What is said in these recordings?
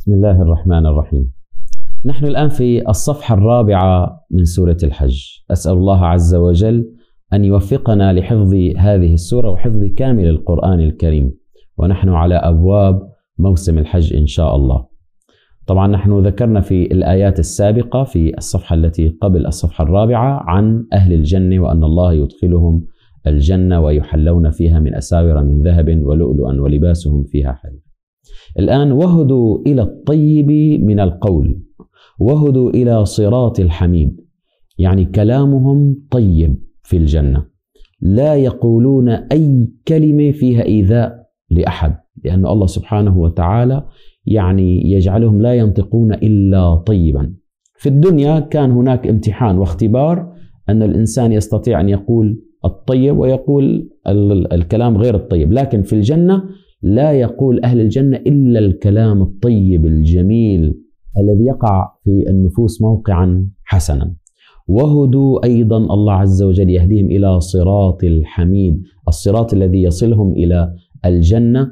بسم الله الرحمن الرحيم. نحن الآن في الصفحة الرابعة من سورة الحج. أسأل الله عز وجل أن يوفقنا لحفظ هذه السورة وحفظ كامل القرآن الكريم، ونحن على أبواب موسم الحج إن شاء الله. طبعا نحن ذكرنا في الآيات السابقة في الصفحة التي قبل الصفحة الرابعة عن أهل الجنة، وأن الله يدخلهم الجنة ويحلون فيها من أساور من ذهب ولؤلؤا ولباسهم فيها حرير. الآن وهدوا إلى الطيب من القول، وهدوا إلى صراط الحميد، يعني كلامهم طيب في الجنة، لا يقولون أي كلمة فيها إيذاء لأحد، لأن الله سبحانه وتعالى يعني يجعلهم لا ينطقون إلا طيبا. في الدنيا كان هناك امتحان واختبار أن الإنسان يستطيع أن يقول الطيب ويقول الكلام غير الطيب، لكن في الجنة لا يقول أهل الجنة إلا الكلام الطيب الجميل الذي يقع في النفوس موقعا حسنا. وهدوا أيضا الله عز وجل يهديهم إلى صراط الحميد، الصراط الذي يصلهم إلى الجنة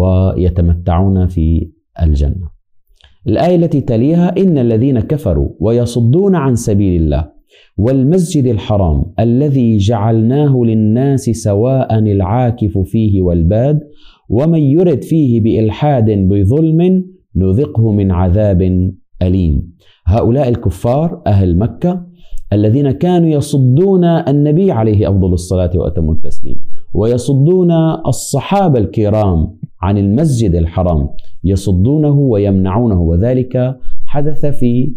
ويتمتعون في الجنة. الآية التي تليها: إن الذين كفروا ويصدون عن سبيل الله والمسجد الحرام الذي جعلناه للناس سواء العاكف فيه والباد ومن يرد فيه بإلحاد بظلم نذقه من عذاب أليم. هؤلاء الكفار أهل مكة الذين كانوا يصدون النبي عليه أفضل الصلاة وأتم التسليم، ويصدون الصحابة الكرام عن المسجد الحرام، يصدونه ويمنعونه، وذلك حدث في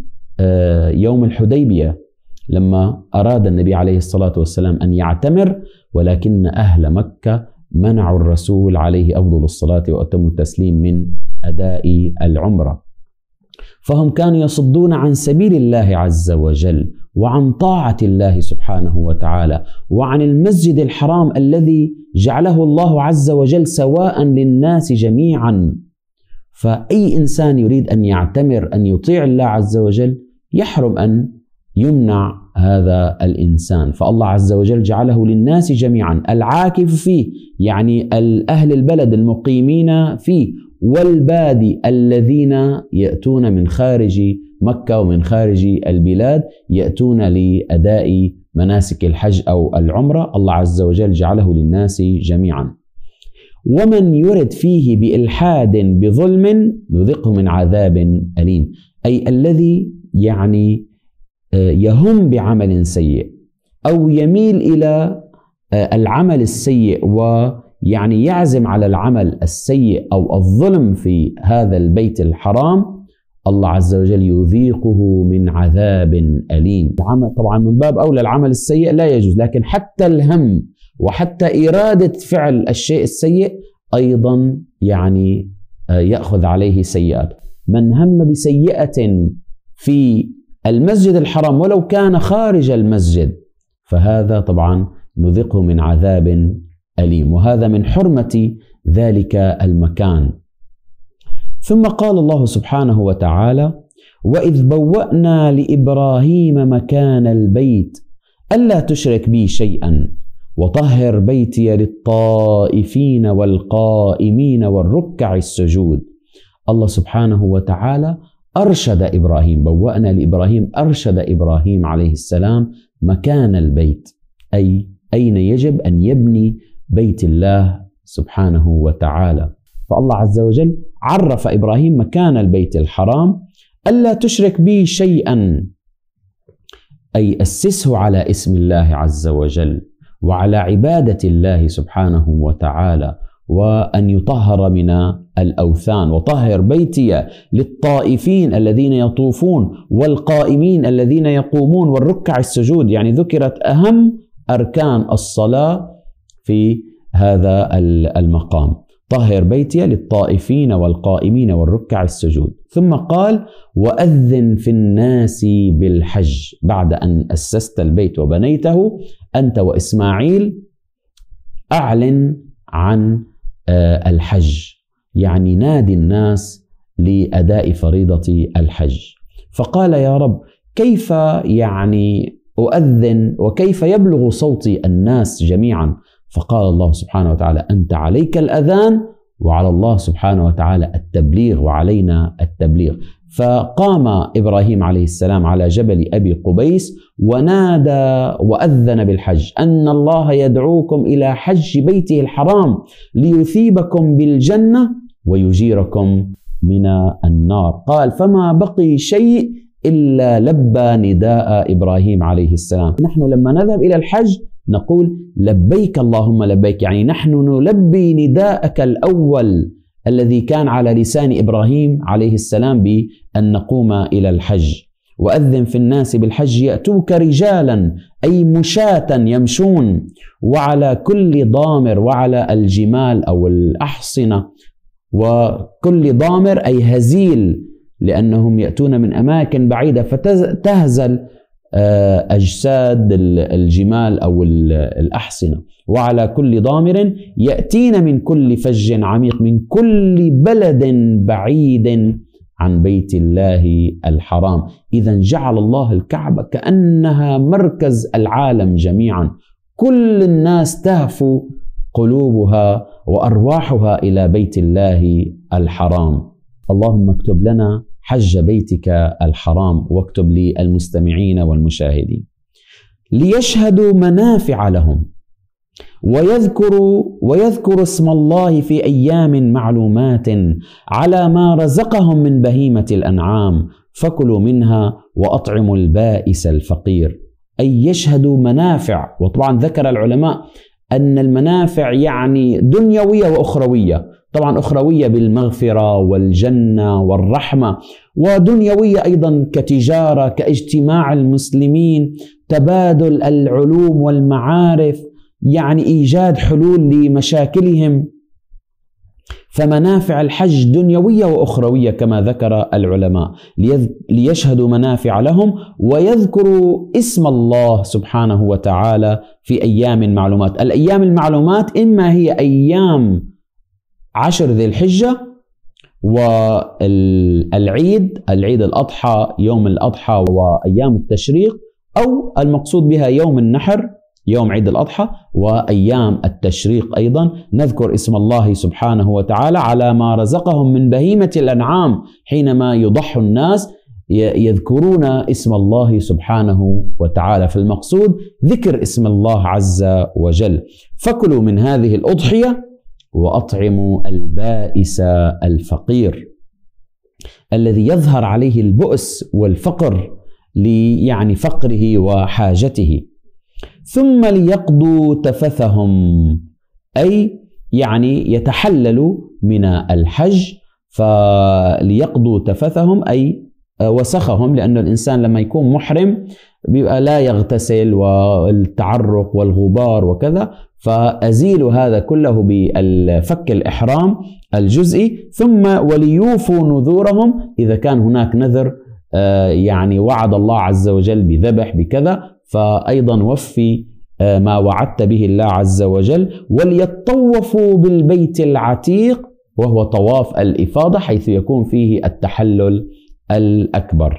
يوم الحديبية لما أراد النبي عليه الصلاة والسلام أن يعتمر، ولكن أهل مكة منعوا الرسول عليه أفضل الصلاة وأتم التسليم من أداء العمرة. فهم كانوا يصدون عن سبيل الله عز وجل وعن طاعة الله سبحانه وتعالى وعن المسجد الحرام الذي جعله الله عز وجل سواء للناس جميعا. فأي إنسان يريد أن يعتمر أن يطيع الله عز وجل يحرم أن يمنع هذا الإنسان، فالله عز وجل جعله للناس جميعا، العاكف فيه يعني أهل البلد المقيمين فيه، والبادي الذين يأتون من خارج مكة ومن خارج البلاد يأتون لأداء مناسك الحج أو العمرة، الله عز وجل جعله للناس جميعا. ومن يرد فيه بإلحاد بظلم نذقه من عذاب أليم، أي الذي يعني يهم بعمل سيء أو يميل إلى العمل السيء ويعني يعزم على العمل السيء أو الظلم في هذا البيت الحرام، الله عز وجل يذيقه من عذاب أليم. طبعا من باب أولى العمل السيء لا يجوز، لكن حتى الهم وحتى إرادة فعل الشيء السيء أيضا يعني يأخذ عليه سيئات. من هم بسيئة في المسجد الحرام ولو كان خارج المسجد فهذا طبعا نذقه من عذاب أليم، وهذا من حرمة ذلك المكان. ثم قال الله سبحانه وتعالى: وإذ بوأنا لإبراهيم مكان البيت ألا تشرك بي شيئا وطهر بيتي للطائفين والقائمين والركع السجود. الله سبحانه وتعالى أرشد إبراهيم، بوأنا لإبراهيم، أرشد إبراهيم عليه السلام مكان البيت، أي أين يجب أن يبني بيت الله سبحانه وتعالى. فالله عز وجل عرف إبراهيم مكان البيت الحرام: ألا تشرك بي شيئا، أي أسسه على اسم الله عز وجل وعلى عبادة الله سبحانه وتعالى، وأن يطهر من الأوثان. وطهر بيتي للطائفين الذين يطوفون والقائمين الذين يقومون والركع السجود، يعني ذكرت أهم أركان الصلاة في هذا المقام: طهر بيتي للطائفين والقائمين والركع السجود. ثم قال: وأذن في الناس بالحج، بعد أن أسست البيت وبنيته أنت وإسماعيل أعلن عن الحج، يعني نادي الناس لأداء فريضة الحج. فقال: يا رب كيف يعني أؤذن وكيف يبلغ صوتي الناس جميعا؟ فقال الله سبحانه وتعالى: أنت عليك الأذان وعلى الله سبحانه وتعالى التبليغ وعلينا التبليغ. فقام إبراهيم عليه السلام على جبل أبي قبيس ونادى وأذن بالحج أن الله يدعوكم إلى حج بيته الحرام ليثيبكم بالجنة ويجيركم من النار. قال: فما بقي شيء إلا لبى نداء إبراهيم عليه السلام. نحن لما نذهب إلى الحج نقول لبيك اللهم لبيك، يعني نحن نلبي نداءك الأول الذي كان على لسان إبراهيم عليه السلام بأن نقوم إلى الحج. وأذن في الناس بالحج يأتوك رجالا، أي مشاة يمشون، وعلى كل ضامر، وعلى الجمال أو الأحصنة، وكل ضامر أي هزيل لأنهم يأتون من أماكن بعيدة فتهزل أجساد الجمال أو الأحصنة، وعلى كل ضامر يأتين من كل فج عميق، من كل بلد بعيد عن بيت الله الحرام. إذن جعل الله الكعبة كأنها مركز العالم جميعا، كل الناس تهفو قلوبها وأرواحها إلى بيت الله الحرام. اللهم اكتب لنا حج بيتك الحرام، واكتب للمستمعين والمشاهدين ليشهدوا منافع لهم ويذكروا اسم الله في أيام معلومات على ما رزقهم من بهيمة الأنعام فكلوا منها وأطعموا البائس الفقير. أي يشهدوا منافع، وطبعا ذكر العلماء أن المنافع يعني دنيوية وأخروية. طبعا أخروية بالمغفرة والجنة والرحمة، ودنيوية أيضا كتجارة، كاجتماع المسلمين، تبادل العلوم والمعارف، يعني إيجاد حلول لمشاكلهم. فمنافع الحج دنيوية وأخروية كما ذكر العلماء، ليشهدوا منافع لهم ويذكروا اسم الله سبحانه وتعالى في أيام معلومات. الأيام المعلومات إما هي أيام 10 ذي الحجة والعيد، العيد الأضحى، يوم الأضحى وأيام التشريق، أو المقصود بها يوم النحر، يوم عيد الأضحى وأيام التشريق أيضا. نذكر اسم الله سبحانه وتعالى على ما رزقهم من بهيمة الأنعام، حينما يضحي الناس يذكرون اسم الله سبحانه وتعالى، فالمقصود ذكر اسم الله عز وجل. فكلوا من هذه الأضحية وأطعموا البائس الفقير الذي يظهر عليه البؤس والفقر يعني فقره وحاجته. ثم ليقضوا تفثهم، أي يعني يتحللوا من الحج، فليقضوا تفثهم أي وسخهم، لأن الإنسان لما يكون محرم بيبقى لا يغتسل والتعرق والغبار وكذا، فأزيل هذا كله بالفك الإحرام الجزئي. ثم وليوفوا نذورهم، إذا كان هناك نذر يعني وعد الله عز وجل بذبح بكذا، فأيضا وفي ما وعدت به الله عز وجل. وليطوفوا بالبيت العتيق، وهو طواف الإفاضة، حيث يكون فيه التحلل الأكبر.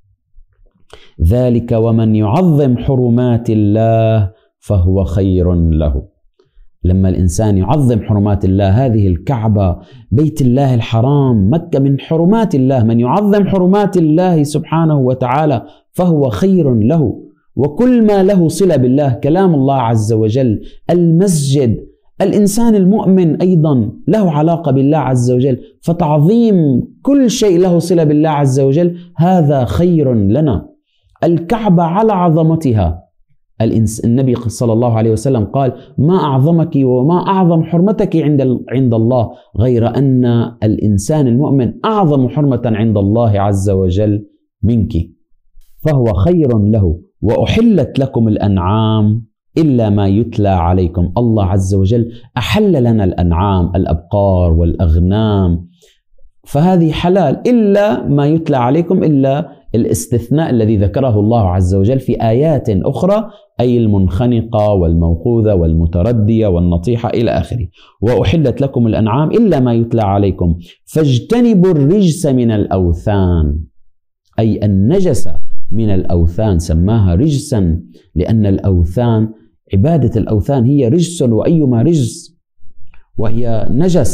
ذلك ومن يعظم حرمات الله فهو خير له. لما الإنسان يعظم حرمات الله، هذه الكعبة بيت الله الحرام مكة من حرمات الله، من يعظم حرمات الله سبحانه وتعالى فهو خير له. وكل ما له صلة بالله، كلام الله عز وجل، المسجد، الإنسان المؤمن أيضا له علاقة بالله عز وجل، فتعظيم كل شيء له صلة بالله عز وجل هذا خير لنا. الكعبة على عظمتها، النبي صلى الله عليه وسلم قال: ما أعظمك وما أعظم حرمتك عند الله، غير أن الإنسان المؤمن أعظم حرمة عند الله عز وجل منك، فهو خير له. وأحلت لكم الأنعام إلا ما يتلى عليكم. الله عز وجل أحل لنا الأنعام، الأبقار والأغنام، فهذه حلال إلا ما يتلى عليكم، إلا الاستثناء الذي ذكره الله عز وجل في آيات أخرى، أي المنخنقة والموقوذة والمتردية والنطيحة إلى آخره. وأحلت لكم الأنعام إلا ما يتلى عليكم فاجتنبوا الرجس من الأوثان، أي النجس من الأوثان، سماها رجسا لأن الأوثان، عبادة الأوثان هي رجس، وأيما رجس وهي نجس،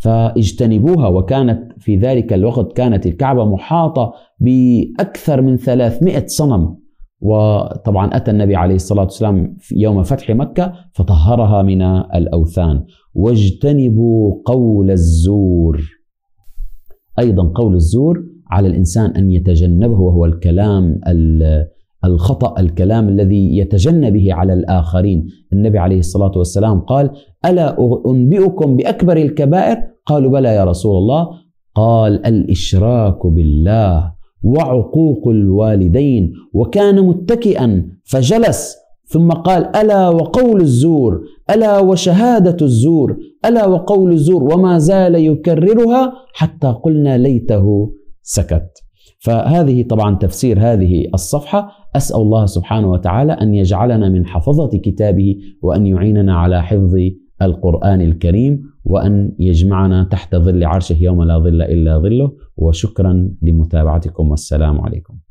فاجتنبوها. وكانت في ذلك الوقت كانت الكعبة محاطة بأكثر من 300 صنم، وطبعا أتى النبي عليه الصلاة والسلام في يوم فتح مكة فطهرها من الأوثان. واجتنبوا قول الزور. أيضا قول الزور على الإنسان أن يتجنبه، وهو الكلام الخطأ، الكلام الذي يتجنى به على الآخرين. النبي عليه الصلاة والسلام قال: ألا أنبئكم بأكبر الكبائر؟ قالوا: بلى يا رسول الله. قال: الإشراك بالله وعقوق الوالدين. وكان متكئا فجلس ثم قال: ألا وقول الزور، ألا وشهادة الزور، ألا وقول الزور، وما زال يكررها حتى قلنا ليته سكت. فهذه طبعا تفسير هذه الصفحة. أسأل الله سبحانه وتعالى أن يجعلنا من حفظة كتابه، وأن يعيننا على حفظ القرآن الكريم، وأن يجمعنا تحت ظل عرشه يوم لا ظل إلا ظله. وشكرا لمتابعتكم، والسلام عليكم.